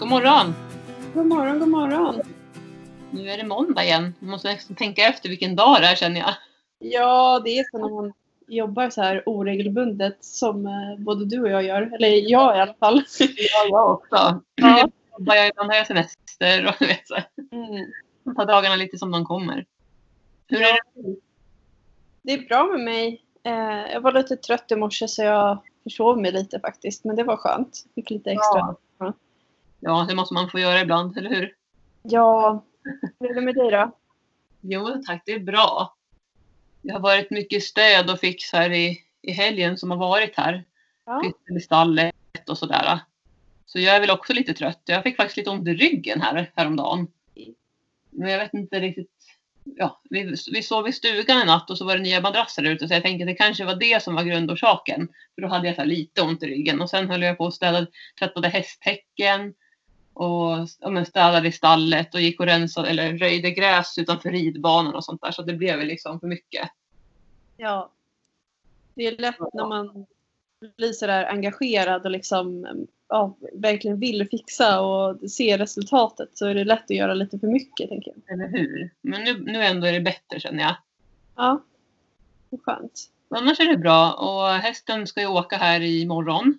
God morgon! God morgon, god morgon. Nu är det måndag igen. Jag måste nästan tänka efter vilken dag det är, känner jag. Ja, det är så när man jobbar så här oregelbundet som både du och jag gör. Eller jag i alla fall. Ja, jag också. Ja. Ibland har jag semester och du vet så. Jag tar dagarna lite som de kommer. Hur är det? Det är bra med mig. Jag var lite trött i morse så jag försov mig lite faktiskt. Men det var skönt. Fick lite extra. Ja, det måste man få göra ibland, eller hur? Ja, hur är det med dig då? Jo, tack. Det är bra. Det har varit mycket stöd och fix här i helgen som har varit här. Ja. Fixade i stallet och sådär. Så jag är väl också lite trött. Jag fick faktiskt lite ont i ryggen häromdagen. Men jag vet inte riktigt. Ja, vi sov i stugan en natt och så var det nya madrasser där ute. Så jag tänkte att det kanske var det som var grundorsaken. För då hade jag så här lite ont i ryggen. Och sen höll jag på att tvättade hästtäcken. Och städade i stallet och gick och rensade eller röjde gräs utanför ridbanan och sånt där. Så det blev väl liksom för mycket. Ja. Det är lätt när man blir så där engagerad och liksom verkligen vill fixa och se resultatet, så är det lätt att göra lite för mycket, tänker jag. Eller hur? Men nu ändå är det bättre, känner jag. Ja, det är skönt. Annars är det bra. Och hästen ska ju åka här imorgon.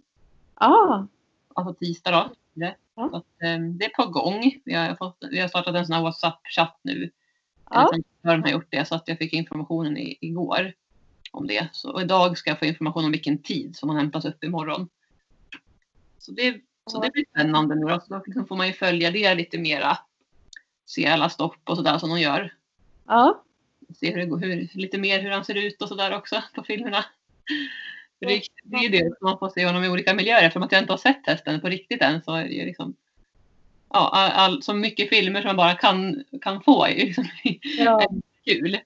Alltså tisdag då. Ja. Så att, det är på gång. Vi har startat en sån här WhatsApp-chatt nu. Ja. De har gjort det, så att jag fick informationen igår om det. Så idag ska jag få information om vilken tid som man hämtas upp imorgon. Så det blir spännande nu då. Så då liksom får man ju följa det lite mera. Se alla stopp och sådär som de gör. Ja. Se hur det går, lite mer hur han ser ut och sådär också på filmerna. Det är ju det, man får se honom i olika miljöer. Eftersom att jag inte har sett hästen på riktigt än, så är det ju liksom så mycket filmer som man bara kan få är ju liksom kul.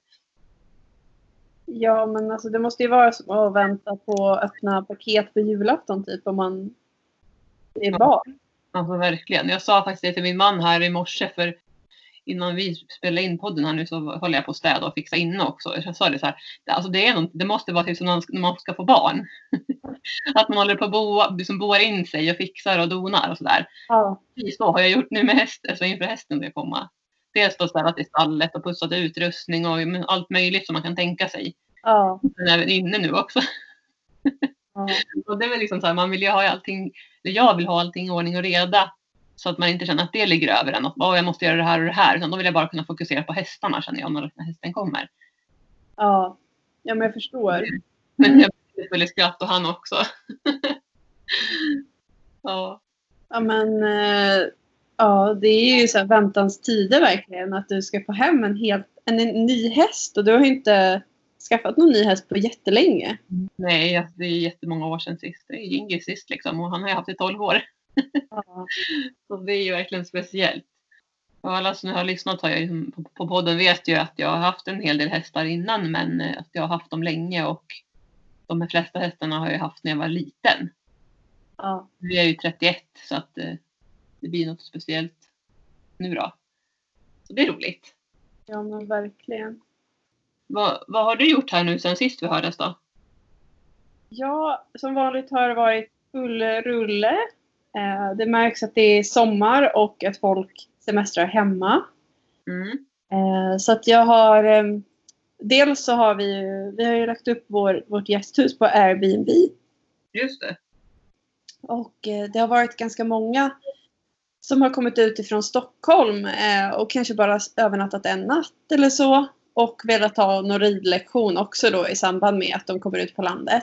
Ja, men alltså det måste ju vara som att vänta på att öppna paket på julafton typ, om man är barn. Alltså verkligen. Jag sa faktiskt det till min man här i morse, för innan vi spelade in podden här nu så håller jag på att städa och fixa inne också. Jag sa det så här, alltså det måste vara typ som när man ska få barn. Att man håller på att boar in sig och fixar och donar och sådär. Ja. Så har jag gjort nu med hästen, så inför hästen det komma. Dels då städat i stallet och pussat utrustning och allt möjligt som man kan tänka sig. Ja. Men även inne nu också. Ja. Och det är väl liksom så här, man vill ju ha allting, eller jag vill ha allting i ordning och reda. Så att man inte känner att det ligger över en. Att jag måste göra det här och det här. Utan då vill jag bara kunna fokusera på hästarna, känner jag, när hästen kommer. Ja, men jag förstår. Men jag skulle skratta, och han också. Ja. Ja, men det är ju så här väntans tider verkligen. Att du ska få hem en ny häst. Och du har ju inte skaffat någon ny häst på jättelänge. Nej, alltså, det är jättemånga år sedan sist. Det är Jingy sist liksom. Och han har ju haft det 12 år. Ja. Så det är ju verkligen speciellt. Och alla som har lyssnat på podden vet ju att jag har haft en hel del hästar innan. Men att jag har haft dem länge. Och de här flesta hästarna har jag haft när jag var liten. Ja. Nu är jag ju 31, så att det blir något speciellt nu då. Så det är roligt. Ja, men verkligen. Vad har du gjort här nu sen sist vi hördes då? Ja, som vanligt har det varit full rulle. Det märks att det är sommar och att folk semestrar hemma. Så att jag har... dels så har vi har ju lagt upp vårt gästhus på Airbnb. Just det. Och det har varit ganska många som har kommit ut ifrån Stockholm och kanske bara övernattat en natt eller så. Och velat ta någon ridlektion också då i samband med att de kommer ut på landet.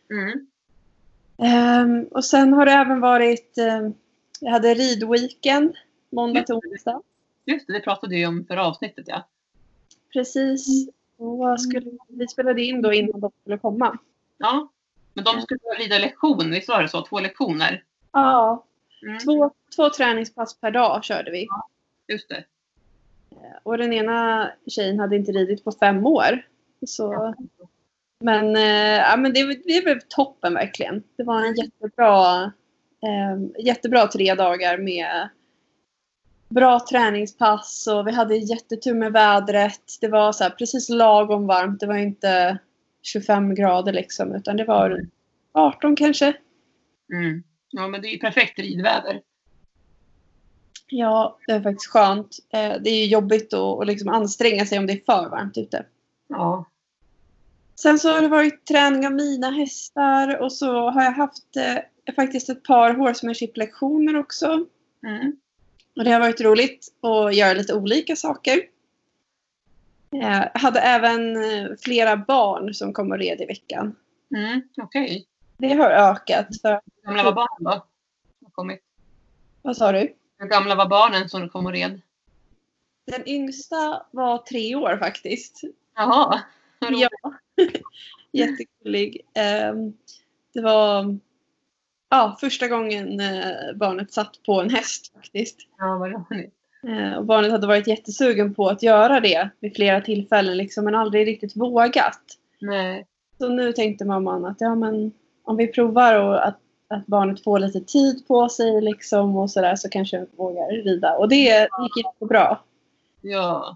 Och sen har det även varit, jag hade ridweekend måndag till onsdag. Just det pratade du om förra avsnittet, ja. Precis. Och vi spelade in då innan de skulle komma. Ja, men de skulle rida lektion, visst var det så? 2 lektioner? Ja, 2 träningspass per dag körde vi. Ja, just det. Och den ena tjejen hade inte ridit på 5 år. Så... Men det blev toppen verkligen. Det var en jättebra 3 dagar med bra träningspass. Och vi hade jättetur med vädret. Det var så här precis lagom varmt. Det var inte 25 grader liksom. Utan det var 18 kanske. Ja, men det är ju perfekt ridväder. Ja, det är faktiskt skönt. Det är ju jobbigt att liksom anstränga sig om det är för varmt ute. Ja. Sen så har det varit träning av mina hästar och så har jag haft faktiskt ett par horsemanship-lektioner också. Och det har varit roligt att göra lite olika saker. Jag hade även flera barn som kom och red i veckan. Okej. Det har ökat. Hur gamla var barnen då? Har kommit. Vad sa du? Hur gamla var barnen som kom och red? Den yngsta var 3 år faktiskt. Jaha. Ja, jättegullig. Det var första gången barnet satt på en häst faktiskt. Ja, vad roligt. Och barnet hade varit jättesugen på att göra det vid flera tillfällen liksom, men aldrig riktigt vågat. Nej. Så nu tänkte mamman att men om vi provar och att barnet får lite tid på sig liksom, och sådär, så kanske jag vågar rida. Och det gick jättebra. Ja.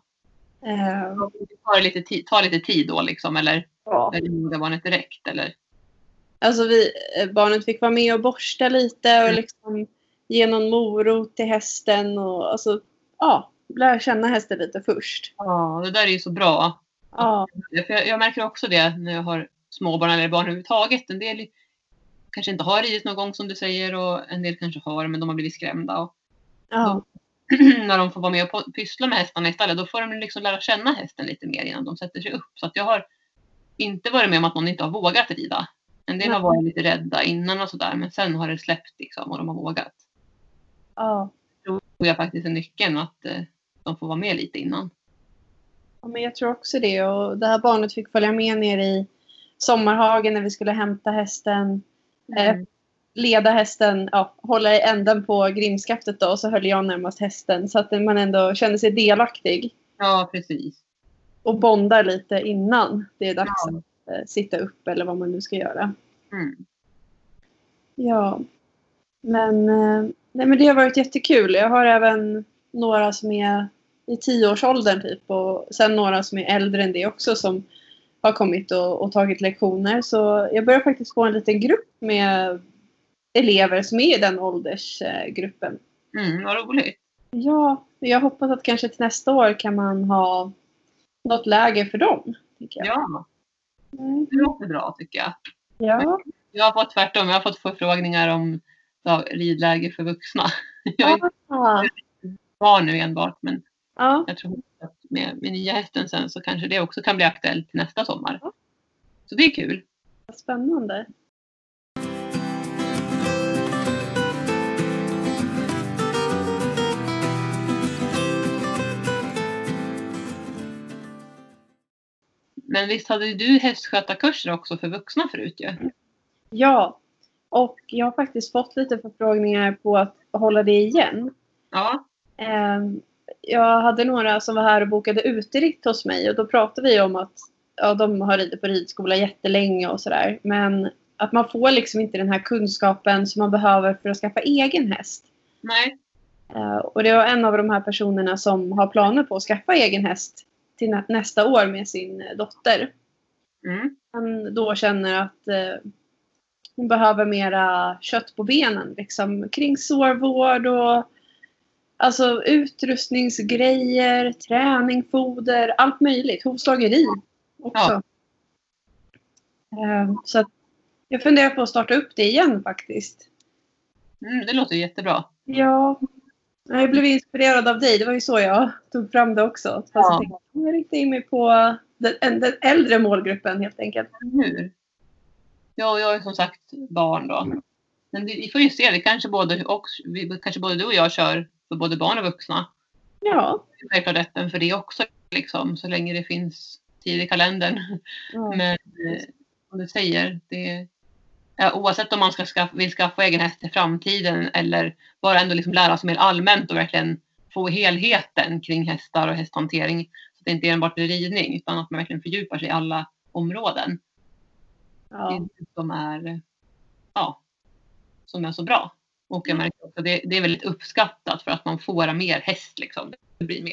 Ta lite tid då liksom, eller eller barnet direkt, eller? Alltså barnet fick vara med och borsta lite och liksom ge någon morot till hästen och alltså lära känna hästen lite först. Ja, det där är ju så bra. Ja. För jag märker också det när jag har småbarn eller barn överhuvudtaget. En del kanske inte har ridit någon gång som du säger, och en del kanske har, men de har blivit skrämda. Och när de får vara med och pyssla med hästarna istället, då får de liksom lära känna hästen lite mer innan de sätter sig upp. Så att jag har inte varit med om att någon inte har vågat rida. En del har varit lite rädda innan och sådär, men sen har det släppt liksom, och de har vågat. Ja. Det tror jag faktiskt är nyckeln, att de får vara med lite innan. Ja, men jag tror också det. Och det här barnet fick följa med ner i sommarhagen när vi skulle hämta hästen. Leda hästen, hålla i änden på grimskaftet då, och så höll jag närmast hästen. Så att man ändå känner sig delaktig. Ja, precis. Och bondar lite innan det är dags att sitta upp eller vad man nu ska göra. Ja. Men det har varit jättekul. Jag har även några som är i 10-årsåldern typ, och sen några som är äldre än det också som har kommit och tagit lektioner. Så jag börjar faktiskt få en liten grupp med elever som är i den åldersgruppen. Vad roligt. Ja, jag hoppas att kanske till nästa år kan man ha något läger för dem, tycker jag. Ja, det låter bra tycker jag. Ja. Jag har fått tvärtom, jag har fått förfrågningar om ridläger för vuxna. Jag är barn nu enbart, men jag tror att med nya hästen sen så kanske det också kan bli aktuellt till nästa sommar. Så det är kul. Spännande. Men visst hade du hästskötarkurser också för vuxna förut ju? Ja, och jag har faktiskt fått lite förfrågningar på att hålla det igen. Ja. Jag hade några som var här och bokade uteritt hos mig, och då pratade vi om att de har ridit på ridskola jättelänge och sådär. Men att man får liksom inte den här kunskapen som man behöver för att skaffa egen häst. Nej. Och det var en av de här personerna som har planer på att skaffa egen häst till nästa år med sin dotter. Han då känner att hon behöver mera kött på benen liksom, kring sårvård och alltså utrustningsgrejer, träning, foder, allt möjligt. Hovslageri också. Så att jag funderar på att starta upp det igen faktiskt. Det låter jättebra. Ja, jag blev inspirerad av dig. Det var ju så jag tog fram det också. Fast jag tänkte, jag riktar in mig på den äldre målgruppen helt enkelt. Hur? Ja, jag är som sagt barn då. Men vi får ju se, det kanske både du och jag kör för både barn och vuxna. Ja. Jag är självklart öppen för det också, liksom, så länge det finns tid i kalendern. Men som du säger, oavsett om man vill skaffa egen häst i framtiden eller bara ändå liksom lära sig mer allmänt och verkligen få helheten kring hästar och hästhantering, så att det inte enbart är ridning utan att man verkligen fördjupar sig i alla områden. Som är så bra. Och jag märker också det är väldigt uppskattat för att man får mer häst liksom. Det blir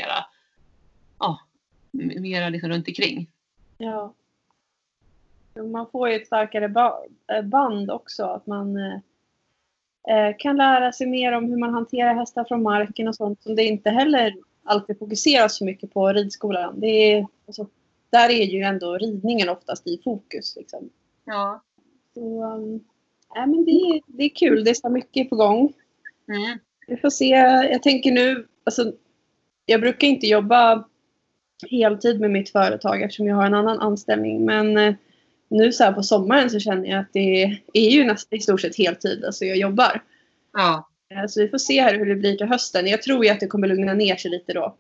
mera liksom runt omkring. Ja. Man får ju ett starkare band också, att man kan lära sig mer om hur man hanterar hästar från marken och sånt som det inte heller alltid fokuseras så mycket på ridskolan. Alltså, där är ju ändå ridningen oftast i fokus. Liksom. Ja. Så, men det är kul. Det är så mycket på gång. Mm. Vi får se. Jag tänker nu, alltså, jag brukar inte jobba heltid med mitt företag eftersom jag har en annan anställning. Men nu så här på sommaren så känner jag att det är ju nästan i stort sett heltid. Alltså jag jobbar. Ja. Så vi får se här hur det blir till hösten. Jag tror ju att det kommer lugna ner sig lite då.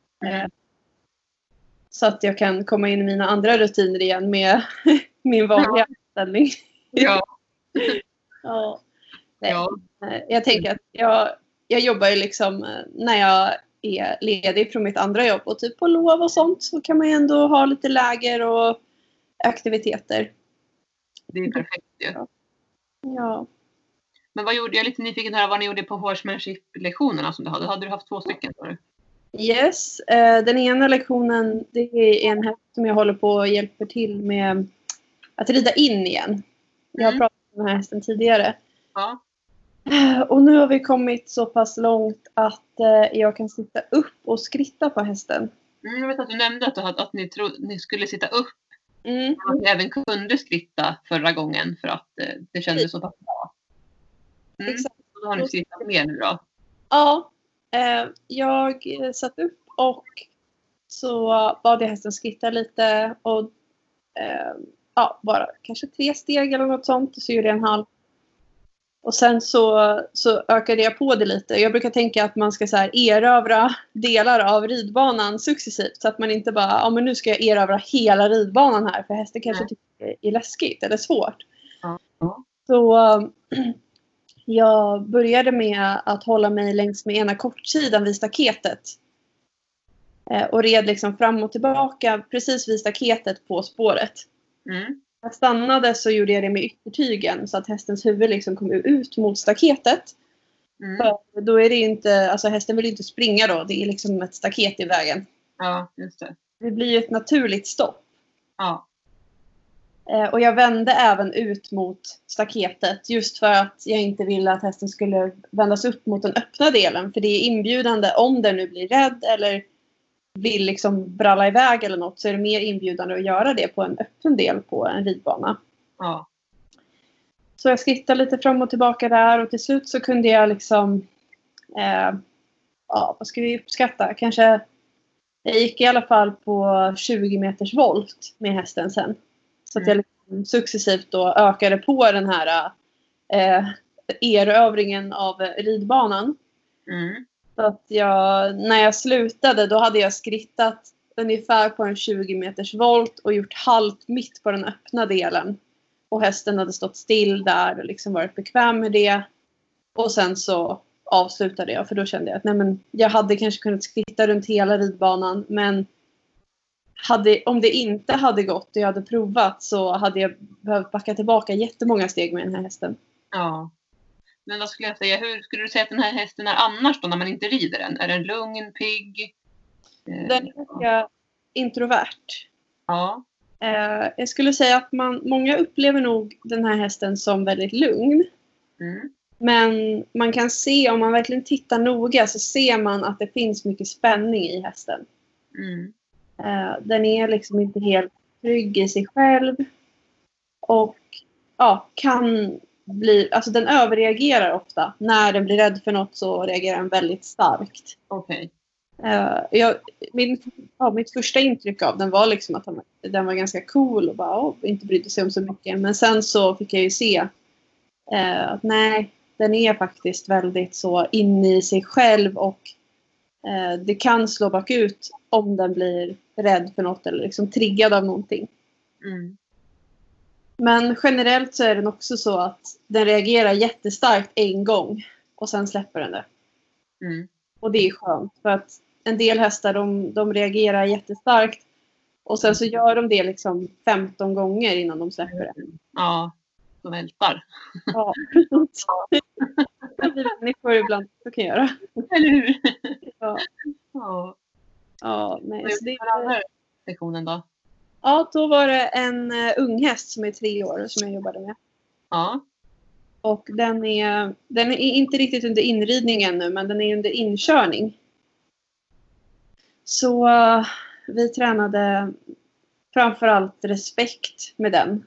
Så att jag kan komma in i mina andra rutiner igen med min vanliga anställning. Ja. Ja. Ja. Jag tänker att jag jobbar ju liksom när jag är ledig från mitt andra jobb. Och typ på lov och sånt så kan man ju ändå ha lite läger och aktiviteter. Det är perfekt ju. Ja. Men vad gjorde jag lite nyfiken här vad ni gjorde på horsemanship-lektionerna som du hade? Hade du haft 2 stycken? Tror du? Yes, den ena lektionen det är en häst som jag håller på och hjälper till med att rida in igen. Jag har pratat om den här hästen tidigare. Ja. Och nu har vi kommit så pass långt att jag kan sitta upp och skritta på hästen. Jag vet att du nämnde att ni skulle sitta upp. Mm. Att ni även kunde skritta förra gången för att det kändes så pass bra. Exakt. Då har ni skrittat mer nu då? Ja, jag satt upp och så bad jag hästen skritta lite och bara kanske 3 steg eller något sånt och så gjorde jag en halv. Och sen så ökade jag på det lite. Jag brukar tänka att man ska så här erövra delar av ridbanan successivt. Så att man inte bara, men nu ska jag erövra hela ridbanan här. För hästen kanske tycker det är läskigt eller svårt. Ja. Så jag började med att hålla mig längs med ena kortsidan vid staketet. Och red liksom fram och tillbaka precis vid staketet på spåret. När jag stannade så gjorde jag det med yttertygen så att hästens huvud liksom kom ut mot staketet. För då är det inte, alltså hästen vill inte springa då, det är liksom ett staket i vägen. Ja, just det. Det blir ju ett naturligt stopp. Ja. Och jag vände även ut mot staketet just för att jag inte ville att hästen skulle vändas upp mot den öppna delen. För det är inbjudande om den nu blir rädd eller vill liksom bralla iväg eller något så är det mer inbjudande att göra det på en öppen del på en ridbana. Ja. Så jag skrittade lite fram och tillbaka där och till slut så kunde jag liksom vad ska vi uppskatta? Kanske jag gick i alla fall på 20 meters volt med hästen sen. Så att jag liksom successivt då ökade på den här erövringen av ridbanan. Så att när jag slutade då hade jag skrittat ungefär på en 20 meters volt och gjort halt mitt på den öppna delen. Och hästen hade stått still där och liksom varit bekväm med det. Och sen så avslutade jag för då kände jag att jag hade kanske kunnat skritta runt hela ridbanan men om det inte hade gått och jag hade provat så hade jag behövt backa tillbaka jättemånga steg med den här hästen. Ja. Men vad skulle jag säga? Hur skulle du säga att den här hästen är annars då när man inte rider den? Är den lugn, pigg? Den är ganska introvert. Ja. Jag skulle säga att många upplever nog den här hästen som väldigt lugn. Men man kan se, om man verkligen tittar noga så ser man att det finns mycket spänning i hästen. Den är liksom inte helt trygg i sig själv. Och kan bli, alltså den överreagerar ofta. När den blir rädd för något så reagerar den väldigt starkt. Okej. Mitt första intryck av den var liksom att den var ganska cool och bara inte brydde sig om så mycket. Men sen så fick jag ju se att nej, den är faktiskt väldigt så inne i sig själv och det kan slå bakut om den blir rädd för något eller liksom triggad av någonting. Men generellt så är den också så att den reagerar jättestarkt en gång och sen släpper den det. Och det är skönt för att en del hästar de reagerar jättestarkt och sen så gör de det liksom 15 gånger innan de släpper det. Ja, de ältar. Ja, vi människor ibland så kan göra. Eller hur? Nej, så det är sektionen då? Ja, då var det en ung häst som är 3 år som jag jobbade med. Ja. Och den är inte riktigt under inridning ännu, men den är under inkörning. Så vi tränade framförallt respekt med den.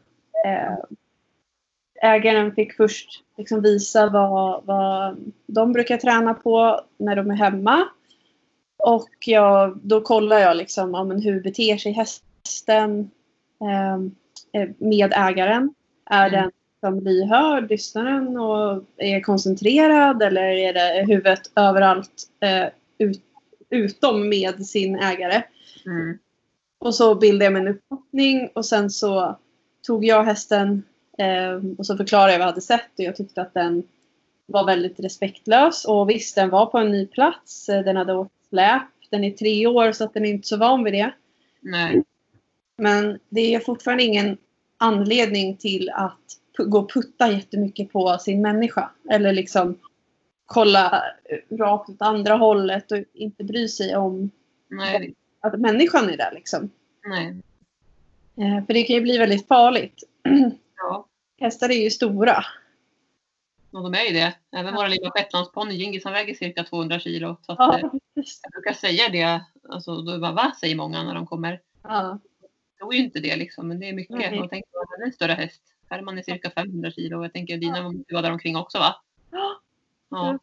Ägaren fick först liksom visa vad de brukar träna på när de är hemma. Och då kollar jag liksom, hur beter sig hästen med ägaren. Är den som lyhörd, lyssnar den och är koncentrerad, eller är det huvudet överallt utom med sin ägare? Och så bildade jag mig en uppfattning, och sen så tog jag hästen och så förklarade jag vad jag hade sett, och jag tyckte att den var väldigt respektlös. Och visst, den var på en ny plats, den hade åkt släp, den är 3 år så att den är inte så van vid det. Nej. Men det är fortfarande ingen anledning till att gå och putta jättemycket på sin människa. Eller liksom kolla rakt åt andra hållet och inte bry sig om att människan är där liksom. Nej. För det kan ju bli väldigt farligt. Ja. Hästar är ju stora. Och de är ju det. Även våra lilla shetlandsponny Gingis, han väger cirka 200 kilo. Så att, jag brukar säga det. Alltså, då bara, vad säger många när de kommer? Ja. Det är ju inte det liksom, men det är mycket. Jag tänker att det är en större häst. Herman är cirka 500 kilo. Och jag tänker att dina var där omkring också, va? Ja.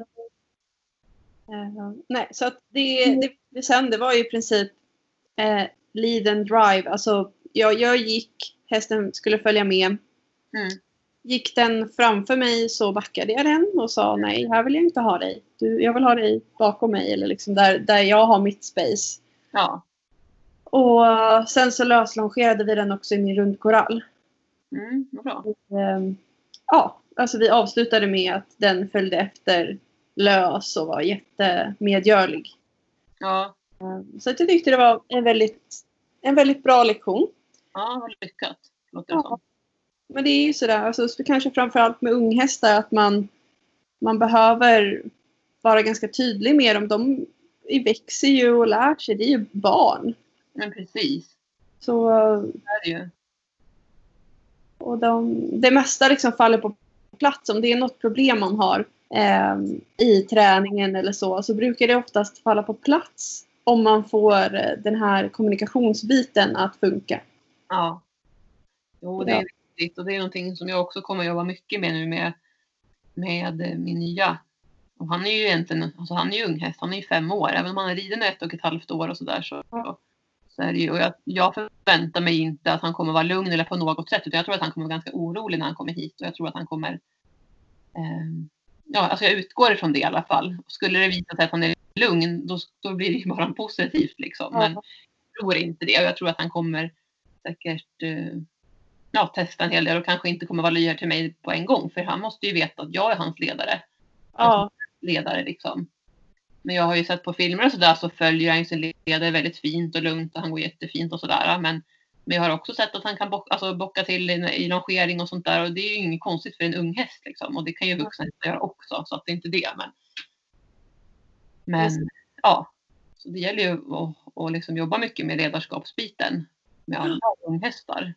Nej, så att det var ju i princip lead and drive. Alltså jag gick, hästen skulle följa med. Gick den framför mig så backade jag den och sa nej, här vill jag inte ha dig. Jag vill ha dig bakom mig, eller liksom där jag har mitt space. Ja. Och sen så löslongerade vi den också i min rundkorall. Bra. Ja, alltså vi avslutade med att den följde efter lös och var jättemedgörlig. Ja. Så jag tyckte det var en väldigt bra lektion. Ja, vad lyckat. Låter det som. Men det är ju sådär, alltså, kanske framförallt med unghästar, att man behöver vara ganska tydlig med dem. De växer ju och lär sig, det är ju barn. Men precis. Så det är det ju. Och det mesta liksom faller på plats. Om det är något problem man har i träningen eller så brukar det oftast falla på plats om man får den här kommunikationsbiten att funka. Ja. Jo, det är viktigt, och det är någonting som jag också kommer att jobba mycket med nu med min nya. Och han är ju egentligen, alltså han är ju unghäst, han är ju 5 år. Även om han är riden 1,5 år och sådär så är det ju. Och jag förväntar mig inte att han kommer vara lugn eller på något sätt. Utan jag tror att han kommer vara ganska orolig när han kommer hit. Och jag tror att han kommer alltså jag utgår ifrån det i alla fall. Skulle det visa sig att han är lugn, då blir det ju bara positivt liksom. Men jag tror inte det. Och jag tror att han kommer säkert testa en hel del och kanske inte kommer vara lyhörd till mig på en gång. För han måste ju veta att jag är hans ledare. Ja. Ledare liksom. Men jag har ju sett på filmer och sådär, så följer han sin ledare väldigt fint och lugnt och han går jättefint och sådär. Men jag har också sett att han kan bocka till i longering och sånt där, och det är ju inget konstigt för en ung häst liksom. Och det kan ju vuxna hästar göra också, så att det är inte det. Men ja, så det gäller ju att liksom jobba mycket med ledarskapsbiten med alla unghästar.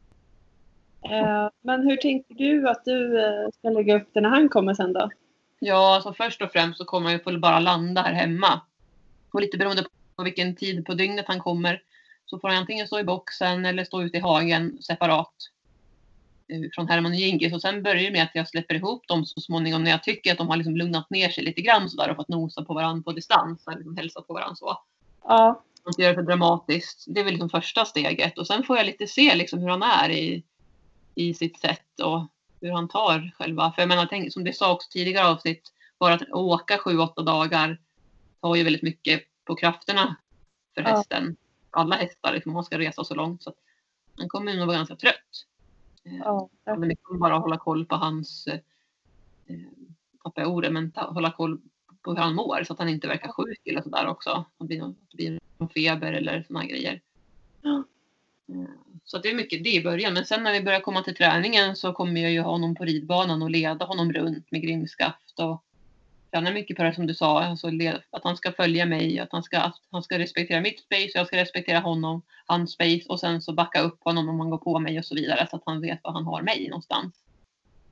Men hur tänker du att du ska lägga upp det när han kommer sen då? Ja, alltså först och främst så kommer han ju få bara landa här hemma. Och lite beroende på vilken tid på dygnet han kommer, så får han antingen stå i boxen eller stå ute i hagen separat från Herman och Gingis. Och sen börjar det med att jag släpper ihop dem så småningom när jag tycker att de har liksom lugnat ner sig lite grann så där, och fått nosa på varandra på distans eller liksom hälsa på varandra så. Ja. Man inte gör det för dramatiskt. Det är väl liksom första steget. Och sen får jag lite se liksom hur han är i sitt sätt och hur han tar själva. För jag menar, som det sa också tidigare avsnitt, bara att åka 7-8 dagar tar ju väldigt mycket på krafterna för hästen. Alla hästar, liksom, man ska resa så långt. Så att han kommer nog vara ganska trött. Men det kommer bara hålla koll på hans tappar jag ordet, men hålla koll på hur han mår så att han inte verkar sjuk eller sådär också. Det blir någon feber eller såna grejer. Så det är mycket det i början. Men sen när vi börjar komma till träningen så kommer jag ju ha honom på ridbanan och leda honom runt med grimskaft och träna mycket på det som du sa. Alltså att han ska följa mig, att han ska respektera mitt space, jag ska respektera honom, hans space, och sen så backa upp honom om han går på mig och så vidare, så att han vet var han har mig någonstans.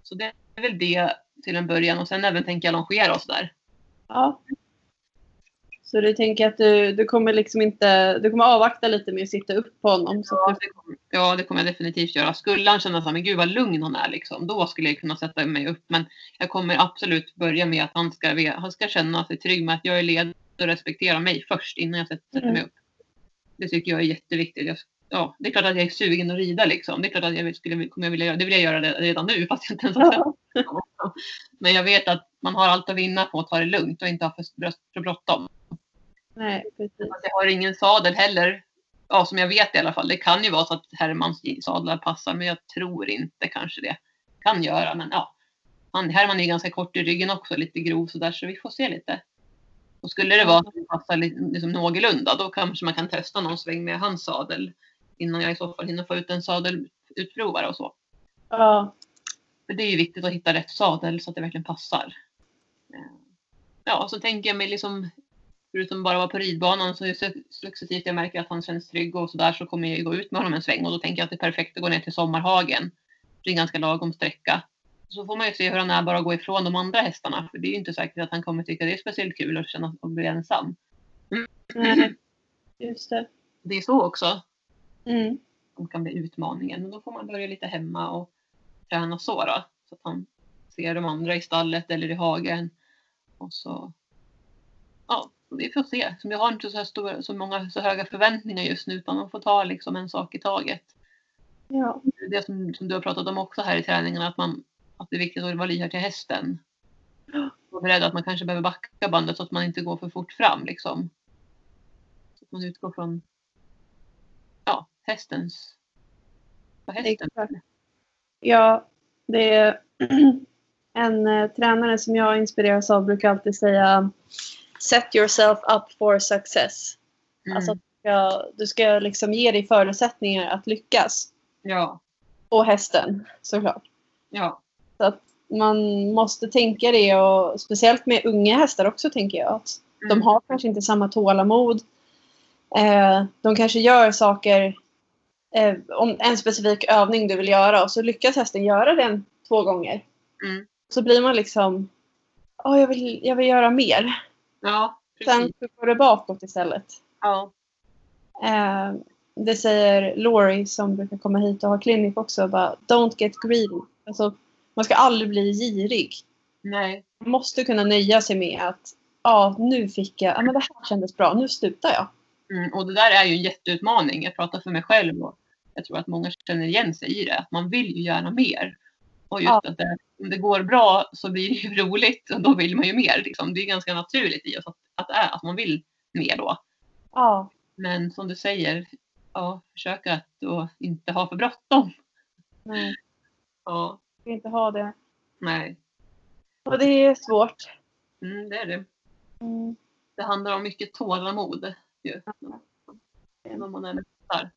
Så det är väl det till en början. Och sen även tänka longera och sådär. Ja. Så du tänker att du kommer liksom inte... Du kommer avvakta lite med att sitta upp på honom. Så det kommer jag definitivt göra. Skulle han känna så här, men gud vad lugn han är liksom. Då skulle jag kunna sätta mig upp. Men jag kommer absolut börja med att han ska känna sig trygg med att jag är ledare och respektera mig först innan jag sätter mig upp. Det tycker jag är jätteviktigt. Det är klart att jag är sugen att rida liksom. Det är klart att jag vilja göra. Det vill jag göra redan nu fast jag inte ens har sett. Men jag vet att man har allt att vinna på att ta det lugnt och inte ha för bråttom. Nej, precis. Jag har ingen sadel heller. Ja, som jag vet i alla fall. Det kan ju vara så att Hermans sadlar passar. Men jag tror inte kanske det kan göra. Men ja. Herman är ganska kort i ryggen också. Lite grov sådär. Så vi får se lite. Och skulle det vara att det passar liksom någorlunda. Då kanske man kan testa någon sväng med hans sadel. Innan jag i så fall hinner få ut en sadelutprovare och så. Ja. För det är ju viktigt att hitta rätt sadel så att det verkligen passar. Ja, så tänker jag mig liksom... Förutom bara vara på ridbanan så successivt jag märker att han känns trygg och sådär så kommer jag gå ut med honom en sväng och då tänker jag att det är perfekt att gå ner till Sommarhagen. Det är en ganska lagom sträcka. Så får man ju se hur han är bara att gå ifrån de andra hästarna för det är ju inte säkert att han kommer tycka det är speciellt kul att känna att bli ensam. Nej, just det. Det är så också. Mm. Det kan bli utmaningen men då får man börja lite hemma och träna så då. Så att han ser de andra i stallet eller i hagen och så ja. Vi får se. Som jag har inte så höga förväntningar just nu utan man får ta liksom en sak i taget. Ja. Det som du har pratat om också här i träningen att det är viktigt att vara lyhörd till hästen. Och beredd att man kanske behöver backa bandet så att man inte går för fort fram liksom. Så att man utgår från hästens. Ja, det är en tränare som jag inspireras av brukar alltid säga set yourself up for success. Alltså du ska liksom ge dig förutsättningar att lyckas. Ja. Och hästen, såklart. Ja. Så att man måste tänka det och speciellt med unga hästar också tänker jag. Att de har kanske inte samma tålamod. De kanske gör saker om en specifik övning du vill göra och så lyckas hästen göra den 2 gånger. Så blir man liksom jag vill göra mer. Ja, precis. Sen går det bakåt istället. Ja. Det säger Laurie som brukar komma hit och ha klinik också. Bara, don't get greedy. Alltså, man ska aldrig bli girig. Nej. Man måste kunna nöja sig med att nu fick jag, men det här kändes bra, nu slutar jag. Och det där är ju en jätteutmaning. Jag pratar för mig själv och jag tror att många känner igen sig i det. Att man vill ju gärna mer. Och just att om det går bra så blir det ju roligt och då vill man ju mer. Liksom. Det är ganska naturligt i oss att man vill mer då. Ja. Men som du säger, försöka att då inte ha för bråttom. Nej. Ja. Jag vill inte ha det. Nej. Och det är svårt. Det är det. Det handlar om mycket tålamod. När man är där.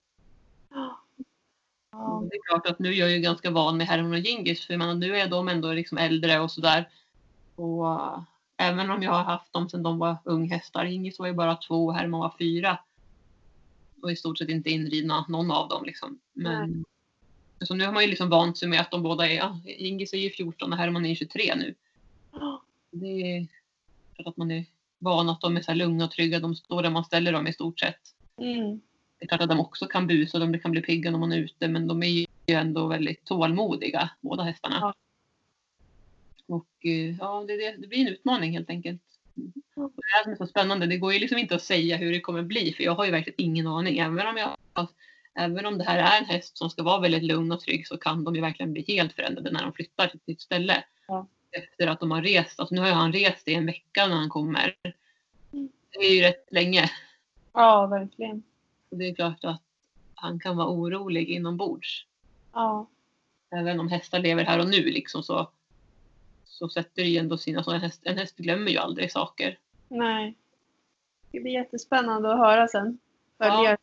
Ja. Det är klart att nu är jag ju ganska van med Herman och Gingis. För nu är de ändå liksom äldre och sådär. Och även om jag har haft dem sedan de var unghästar. Gingis var ju bara 2 och Herman var 4. Och i stort sett inte inridna någon av dem liksom. Men så nu har man ju liksom vant sig med att de båda är. Gingis är ju 14 och Herman är 23 nu. Det är för att man är van att de är så här lugna och trygga. De står där man ställer dem i stort sett. Det är klart att de också kan busa och de kan bli pigga när man är ute. Men de är ju ändå väldigt tålmodiga, båda hästarna. Ja. Och det blir en utmaning helt enkelt. Och det här som är så spännande, det går ju liksom inte att säga hur det kommer bli. För jag har ju verkligen ingen aning. Även om det här är en häst som ska vara väldigt lugn och trygg så kan de ju verkligen bli helt förändrade när de flyttar till ett nytt ställe. Ja. Efter att de har rest. Alltså nu har han rest i en vecka när han kommer. Det är ju rätt länge. Ja, verkligen. Och det är klart att han kan vara orolig inombords. Ja. Även om hästar lever här och nu liksom så sätter det ju ändå sina... En häst glömmer ju aldrig saker. Nej. Det blir jättespännande att höra sen. Ja.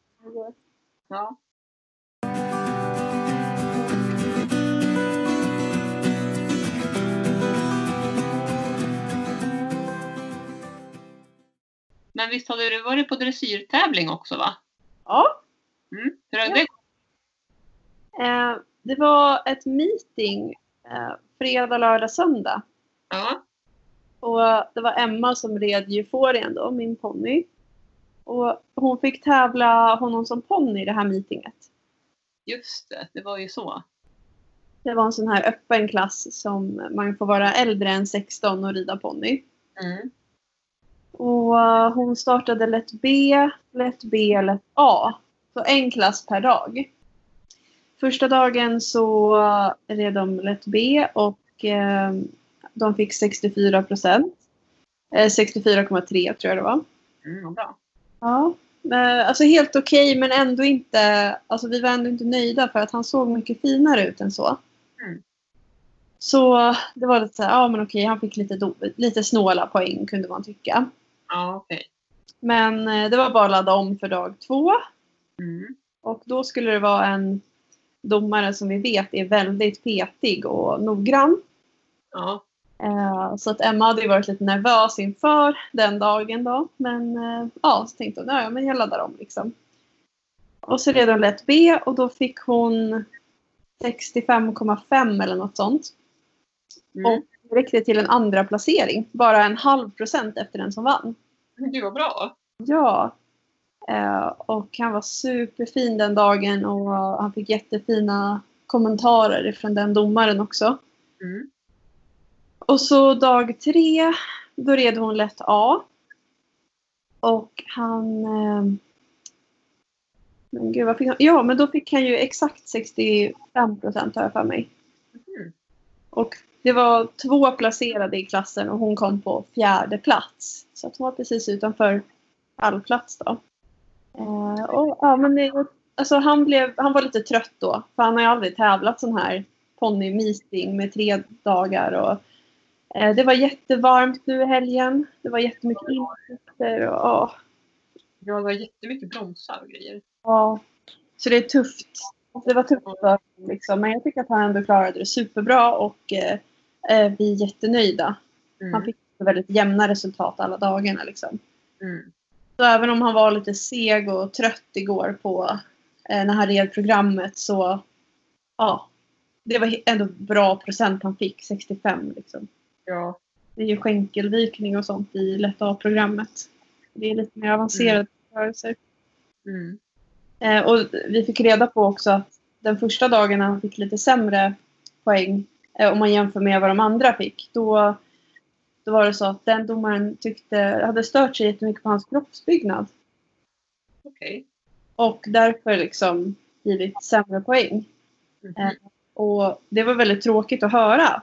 Men visst hade du varit på dressyrtävling också va? Ja. Hur har det gått? Det var ett meeting fredag, lördag, söndag. Ja. Och det var Emma som red Euphorien då, min ponny. Och hon fick tävla honom som ponny i det här meetinget. Just det var ju så. Det var en sån här öppen klass som man får vara äldre än 16 och rida ponny. Mm. Och hon startade lätt B, lätt A. Så en klass per dag. Första dagen så red de lätt B och de fick 64%. 64,3 tror jag det var. Bra. Ja, alltså helt okej, men ändå inte, alltså vi var ändå inte nöjda för att han såg mycket finare ut än så. Mm. Så det var lite så här, ja men okej, han fick lite snåla poäng kunde man tycka. Ja, okej. Men det var bara att ladda om för dag 2. Mm. Och då skulle det vara en domare som vi vet är väldigt petig och noggrann. Ja. Så att Emma hade ju varit lite nervös inför den dagen då. Men så tänkte hon, ja men jag laddar om liksom. Och så redan lätt B och då fick hon 65,5 eller något sånt. Mm. Och det räckte till en andra placering. Bara 0,5% efter den som vann. Det var bra. Ja. Och han var superfin den dagen och han fick jättefina kommentarer från den domaren också. Mm. Och så dag 3, då red hon lätt A. Och han... men gud, vad fick han? Ja, men då fick han ju exakt 65% har jag för mig. Mm. Och det var 2 placerade i klassen och hon kom på 4:e plats. Så att hon var precis utanför allplats då. Alltså han var lite trött då. För han har ju aldrig tävlat sån här ponny-meeting med 3 dagar. Och, det var jättevarmt nu i helgen. Det var jättemycket insikter. Ja, det var jättemycket bromsar och grejer. Ja, så det är tufft. Det var tufft för honom, liksom. Men jag tycker att han ändå klarade det superbra och vi är jättenöjda. Mm. Han fick väldigt jämna resultat alla dagarna liksom. Mm. Så även om han var lite seg och trött igår på när han red programmet så ja, det var ändå bra procent han fick, 65 liksom. Ja. Det är ju skänkelvikning och sånt i lätt A-programmet. Det är lite mer avancerade rörelser. Mm. Och vi fick reda på också att den första dagen han fick lite sämre poäng om man jämför med vad de andra fick. Då var det så att den domaren hade stört sig jättemycket på hans kroppsbyggnad. Okej. Och därför liksom givit sämre poäng. Mm. Och det var väldigt tråkigt att höra.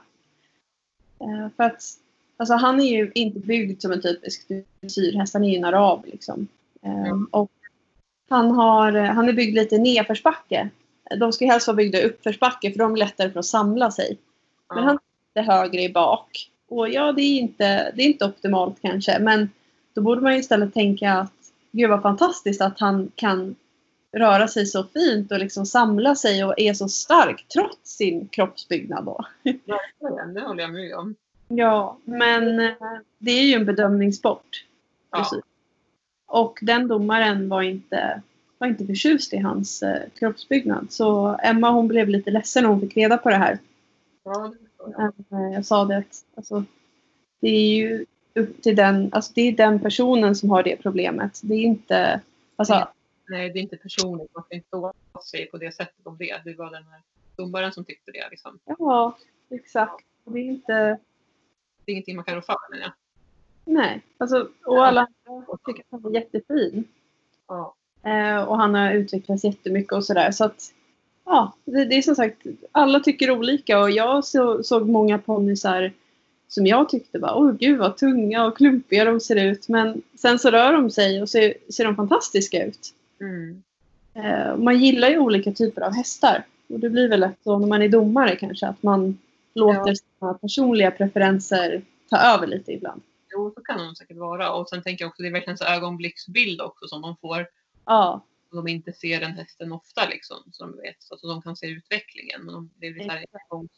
För att alltså, han är ju inte byggd som en typisk dressyrhäst. Han är ju en arab liksom. Och han är byggd lite nedförsbacke. De ska helst vara byggda uppförsbacke för de är lättare för att samla sig. Men han är lite högre i bak. Och ja, det är inte optimalt kanske. Men då borde man ju istället tänka att gud vad fantastiskt att han kan röra sig så fint och liksom samla sig och är så stark trots sin kroppsbyggnad då. Verkligen, det håller jag med om. Ja, men det är ju en bedömningssport. Ja. Och den domaren var inte förtjust i hans kroppsbyggnad. Så Emma hon blev lite ledsen när hon fick reda på det här. Ja, jag sa det att alltså, det är ju upp till det är den personen som har det problemet. Det är inte alltså, nej, det är inte personligt. Man kan inte stå sig på det sättet om det. Det var den här domaren som tyckte det liksom. Ja, exakt. Det är ingenting man kan rå för, men ja. Nej, alltså, och alla andra tycker att han är jättefin. Ja. Och han har utvecklats jättemycket och sådär. Så att, ja, det är som sagt, alla tycker olika. Och jag såg många ponnysar som jag tyckte var, gud vad tunga och klumpiga de ser ut. Men sen så rör de sig och ser de fantastiska ut. Mm. Man gillar ju olika typer av hästar. Och det blir väl lätt så när man är domare kanske att man låter sina personliga preferenser ta över lite ibland. Jo, så kan de säkert vara. Och sen tänker jag också, det är verkligen så ögonblicksbild också som de får. Ja. Och de inte ser den hästen ofta liksom, som de vet. Så att de kan se utvecklingen. Men det blir så här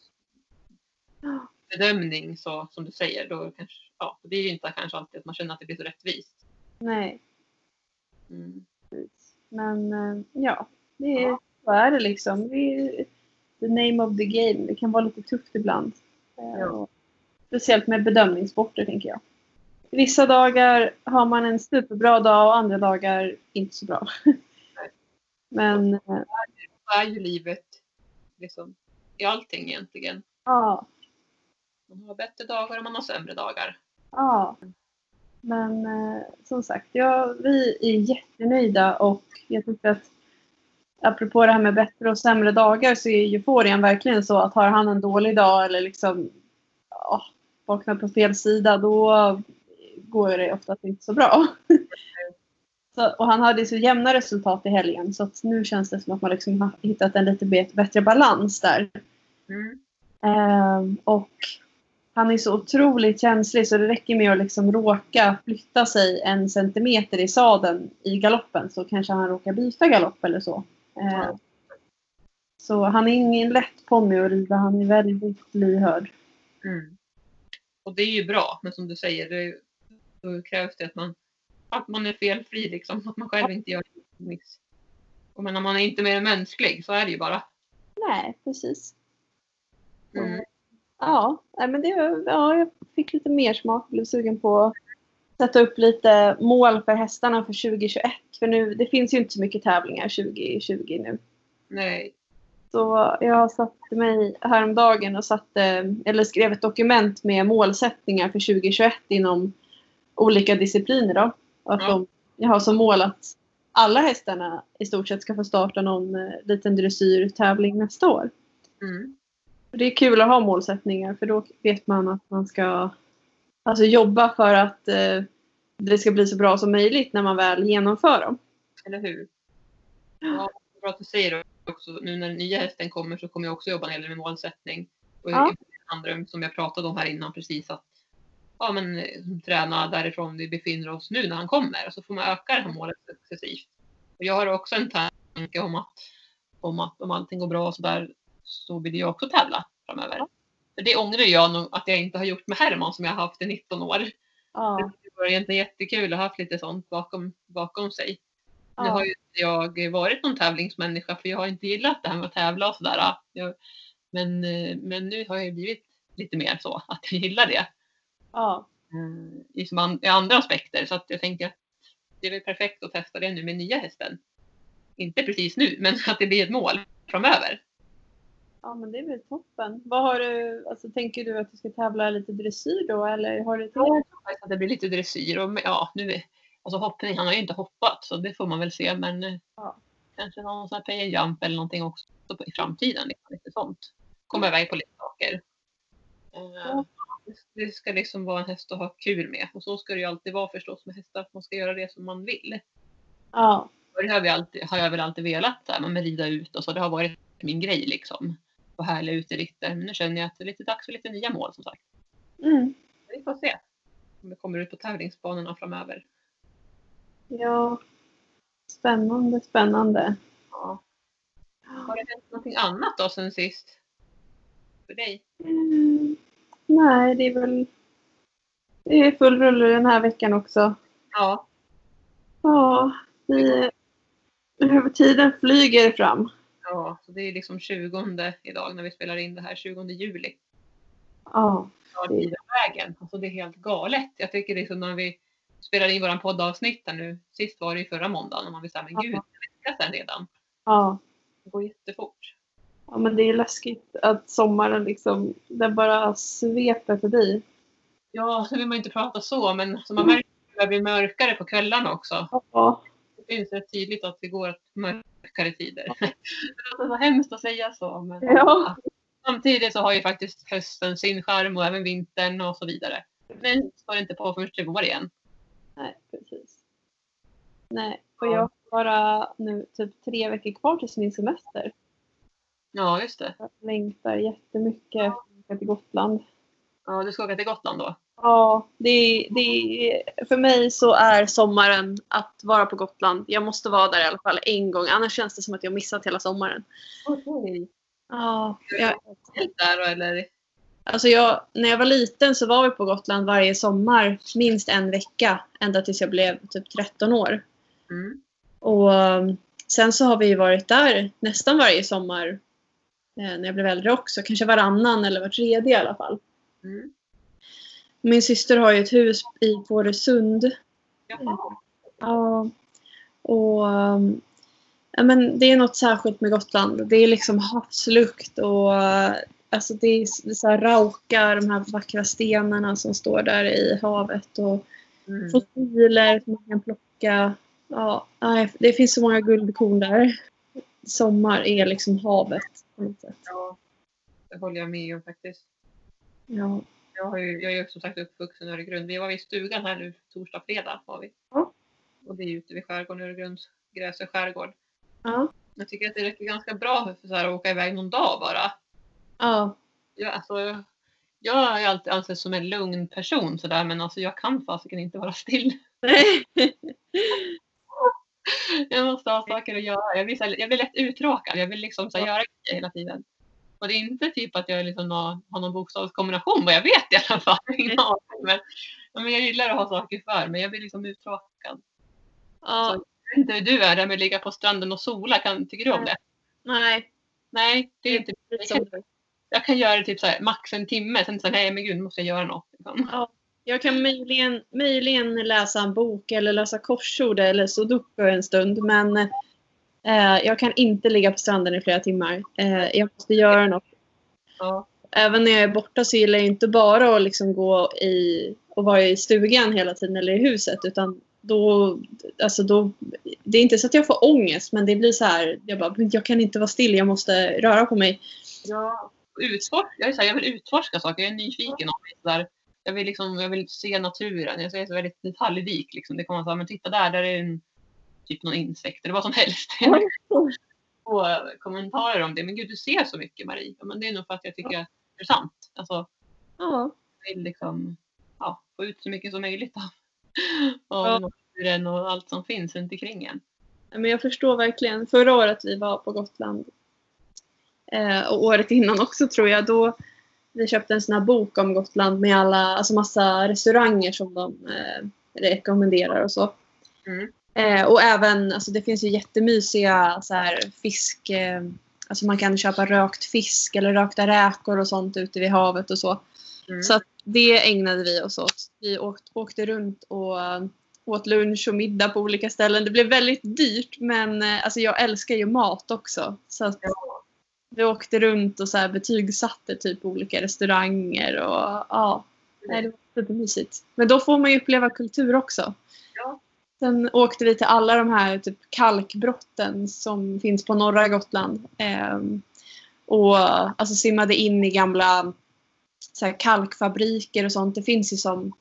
en bedömning så, som du säger. Då kanske, det är ju inte kanske alltid att man känner att det blir så rättvist. Nej. Mm. Men ja, så är det liksom. the name of the game. Det kan vara lite tufft ibland. Ja. Speciellt med bedömningssporter, tänker jag. Vissa dagar har man en superbra dag och andra dagar inte så bra. Men Så är ju livet liksom i allting egentligen. ja. Man har bättre dagar och man har sämre dagar. Ja. Men som sagt, vi är jättenöjda och jag tycker att apropå det här med bättre och sämre dagar så är euforien verkligen så att har han en dålig dag eller liksom vaknar på fel sida, då går det oftast inte så bra. Och han hade så jämna resultat i helgen så att nu känns det som att man liksom har hittat en lite bättre balans där. Och han är så otroligt känslig så det räcker med att liksom råka flytta sig 1 centimeter i sadeln i galoppen så kanske han råkar byta galopp eller så. Så han är ingen lätt ponny att rida, han är väldigt lyhörd. Och det är ju bra, men som du säger, då krävs det att man är felfri liksom, att man själv inte gör miss. Och men när man är inte mer mänsklig så är det ju bara. Nej, precis. Ja, men jag fick lite mer smak, blev sugen på att sätta upp lite mål för hästarna för 2021. För nu, det finns ju inte så mycket tävlingar 2020 nu. Nej. Så jag satte mig häromdagen och skrev ett dokument med målsättningar för 2021 inom olika discipliner då. Och att jag har som mål att alla hästarna i stort sett ska få starta någon liten dressyrtävling nästa år. Det är kul att ha målsättningar för då vet man att man ska jobba för att det ska bli så bra som möjligt när man väl genomför dem. Eller hur? Ja, bra att du säger det också. Nu när den nya hästen kommer så kommer jag också jobba en hel del med målsättning. Och andra som jag pratade om här innan precis att träna därifrån vi befinner oss nu när han kommer. Och så får man öka det här målet successivt. Och jag har också en tanke om att om allting går bra och sådär så vill jag också tävla framöver. För det ångrar jag nog att jag inte har gjort med Herman som jag har haft i 19 år. Det var egentligen jättekul att ha haft lite sånt bakom sig. Nu har ju jag varit någon tävlingsmänniska för jag har inte gillat det här med att tävla och sådär. Men nu har jag blivit lite mer så att jag gillar det. I andra aspekter. Så att jag tänker att det är väl perfekt att testa det nu med nya hästen. Inte precis nu, men att det blir ett mål framöver. Ja, men det är väl toppen. Vad har du, tänker du att du ska tävla lite dressyr då? Eller har du tänkt? Jag tror att det blir lite dressyr. Och, hoppning, han har ju inte hoppat så det får man väl se. Men kanske någon sån här pay and jump eller någonting också i framtiden. Lite sånt. Komma iväg på lite saker. Det ska liksom vara en häst att ha kul med. Och så ska det ju alltid vara förstås med hästar. Att man ska göra det som man vill. Ja. Och det har jag väl alltid velat. Där, med rida ut och så. Det har varit min grej liksom. Och härliga uteritter. Men nu känner jag att det är lite dags för lite nya mål som sagt. Vi får se. Om det kommer ut på tävlingsbanorna framöver. Ja. Spännande. Ja. Har det hänt någonting annat då sen sist? För dig? Nej, det är full rulle den här veckan också. Ja. Ja, tiden flyger fram. Ja, så det är liksom 20 idag när vi spelar in det här, 20 juli. Ja. Det är vägen. Alltså det är helt galet. Jag tycker det är som när vi spelar in våran poddavsnitt här nu. Sist var det ju förra måndagen och man vill säga, men gud, det är sedan redan. Ja. Det går jättefort. Ja, men det är läskigt att sommaren liksom, den bara sveper förbi. Ja, så vill man inte prata så, men som man märker att det blir mörkare på kvällarna också. Ja. Det finns rätt tydligt att det går att mörkare tider. Det är så hemskt att säga så. Men samtidigt så har ju faktiskt hösten sin charm och även vintern och så vidare. Men står det inte på först till vår igen. Nej, precis. Nej, och jag har bara nu typ 3 veckor kvar till min semester. Ja, just det. Jag längtar jättemycket till Gotland. Ja, du ska åka till Gotland då? Ja, för mig så är sommaren att vara på Gotland. Jag måste vara där i alla fall en gång. Annars känns det som att jag missat hela sommaren. Okej. Ja. Eller? Alltså när jag var liten så var vi på Gotland varje sommar. Minst en vecka. Ända tills jag blev typ 13 år. Och sen så har vi varit där nästan varje sommar. när jag blev äldre också. Kanske varannan eller var tredje i alla fall. Mm. Min syster har ju ett hus i Fårösund. Jaha. Ja. Och ja, men det är något särskilt med Gotland. Det är liksom havslukt och alltså det är så här raukar, de här vackra stenarna som står där i havet och fossiler som man kan plocka. Ja, nej, det finns så många guldkorn där. Sommar är liksom havet på något sätt. Ja, det håller jag med om faktiskt. Ja. Jag är ju som sagt uppvuxen i Öregrund. Vi var vid stugan här nu torsdag, fredag var vi. Ja. Och det är ute vid skärgården, Öregrunds Gräsö skärgård. Ja. Jag tycker att det räcker ganska bra för så här, att åka iväg någon dag bara. Ja. Ja, alltså, jag är alltid ansedd som en lugn person sådär, men alltså jag kan fasiken inte vara still. Jag måste ha saker att göra. Jag blir lätt uttråkad. Jag vill liksom så här, göra grejer hela tiden. Och det är inte typ att jag liksom har någon bokstavskombination, vad jag vet i alla fall. Men jag gillar att ha saker för, men jag blir liksom uttråkad. Ja. Så, jag vet inte hur du är där med att ligga på stranden och sola. Tycker du om det? Nej. Nej, det är inte. Jag kan göra det typ så här, max en timme. Sen så nej men gud, måste jag göra något. Liksom. Ja. Jag kan möjligen läsa en bok eller läsa korsord eller sudoku en stund. Men jag kan inte ligga på stranden i flera timmar. Jag måste göra något. Ja. Även när jag är borta så gillar jag inte bara att liksom gå och vara i stugan hela tiden eller i huset. Utan då, det är inte så att jag får ångest, men det blir så här, jag kan inte vara still, jag måste röra på mig. Ja, jag vill utforska saker, jag är nyfiken om det där. Jag vill se naturen, jag är så väldigt detaljrik liksom. Det kommer att säga, men titta där är en typ någon insekt eller vad som helst. Och kommentarer om det, men gud du ser så mycket Marie. Ja, men det är nog för att jag tycker det är intressant. Alltså, jag vill liksom få ut så mycket som möjligt av naturen och allt som finns runt omkring en. Men jag förstår verkligen. Förra året vi var på Gotland och året innan också tror jag, då vi köpte en sån här bok om Gotland med massa restauranger som de rekommenderar och så. Och även, alltså det finns ju jättemysiga så här fisk, alltså man kan köpa rökt fisk eller rökta räkor och sånt ute vid havet och så. Så att det ägnade vi oss åt. Vi åkte runt och åt lunch och middag på olika ställen. Det blev väldigt dyrt, men alltså jag älskar ju mat också. Så att vi åkte runt och så här betygsatte typ olika restauranger och det var supermysigt. Men då får man ju uppleva kultur också. Ja. Sen åkte vi till alla de här typ kalkbrotten som finns på norra Gotland. Och alltså simmade in i gamla så här, kalkfabriker och sånt. Det finns ju som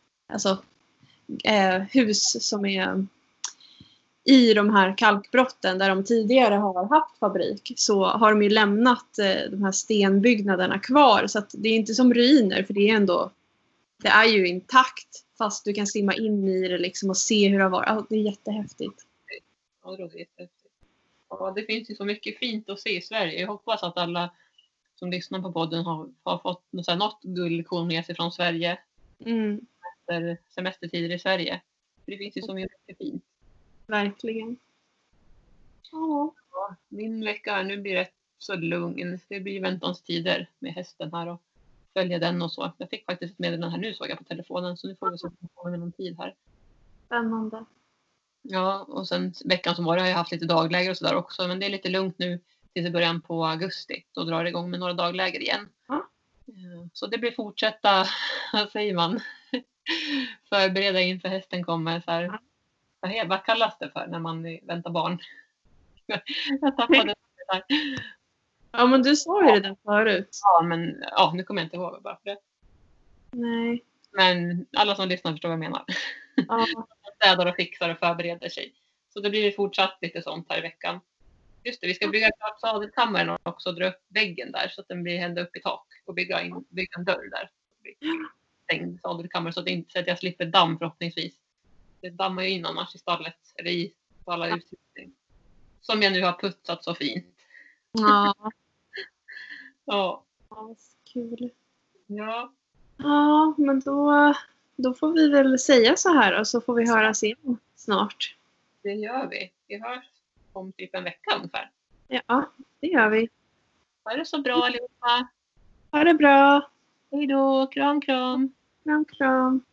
hus som är i de här kalkbrotten där de tidigare har haft fabrik, så har de ju lämnat de här stenbyggnaderna kvar. Så att det är inte som ruiner, för det är ju intakt, fast du kan simma in i det liksom och se hur det har varit. Det är jättehäftigt. Ja, det är jättehäftigt. Ja, det finns ju så mycket fint att se i Sverige. Jag hoppas att alla som lyssnar på podden har fått något guldkorn med sig från Sverige. Efter semestertider i Sverige. För det finns ju så mycket fint. Verkligen. Ja, min vecka nu blir rätt så lugn. Det blir väntans tider med hästen här och följa den och så. Jag fick faktiskt ett meddelande här nu, såg jag på telefonen, så nu får vi se om vi får med någon tid här. Spännande. Ja, och sen veckan som var har jag haft lite dagläger och sådär också, men det är lite lugnt nu tills i början på augusti. Då drar det igång med några dagläger igen. Så det blir fortsätta, vad säger man, förbereda inför hästen kommer så här. Vad kallas det för när man väntar barn? Jag tappade det där. Ja, men du sa ju det där förut. Ja, men nu kommer jag inte ihåg bara för det. Nej. Men alla som lyssnar förstår vad jag menar. Ja. Städar och fixar och förbereder sig. Så det blir fortsatt lite sånt här i veckan. Just det, vi ska bygga klart sadelkammaren och också dra upp väggen där så att den blir hända upp i tak. Och bygga en dörr där. Stängd sadelkammare så att jag slipper damm förhoppningsvis. Det dammar ju in annars i stallet. Eller på alla utrustning. Som jag nu har putsat så fint. Ja. Ja. Ja, kul. Ja. Ja, men då får vi väl säga så här och så får vi höras igen snart. Det gör vi. Vi hörs om typ en vecka ungefär. Ja, det gör vi. Ha det så bra allihopa. Ha det bra. Hej då. Kram, kram. Kram, kram.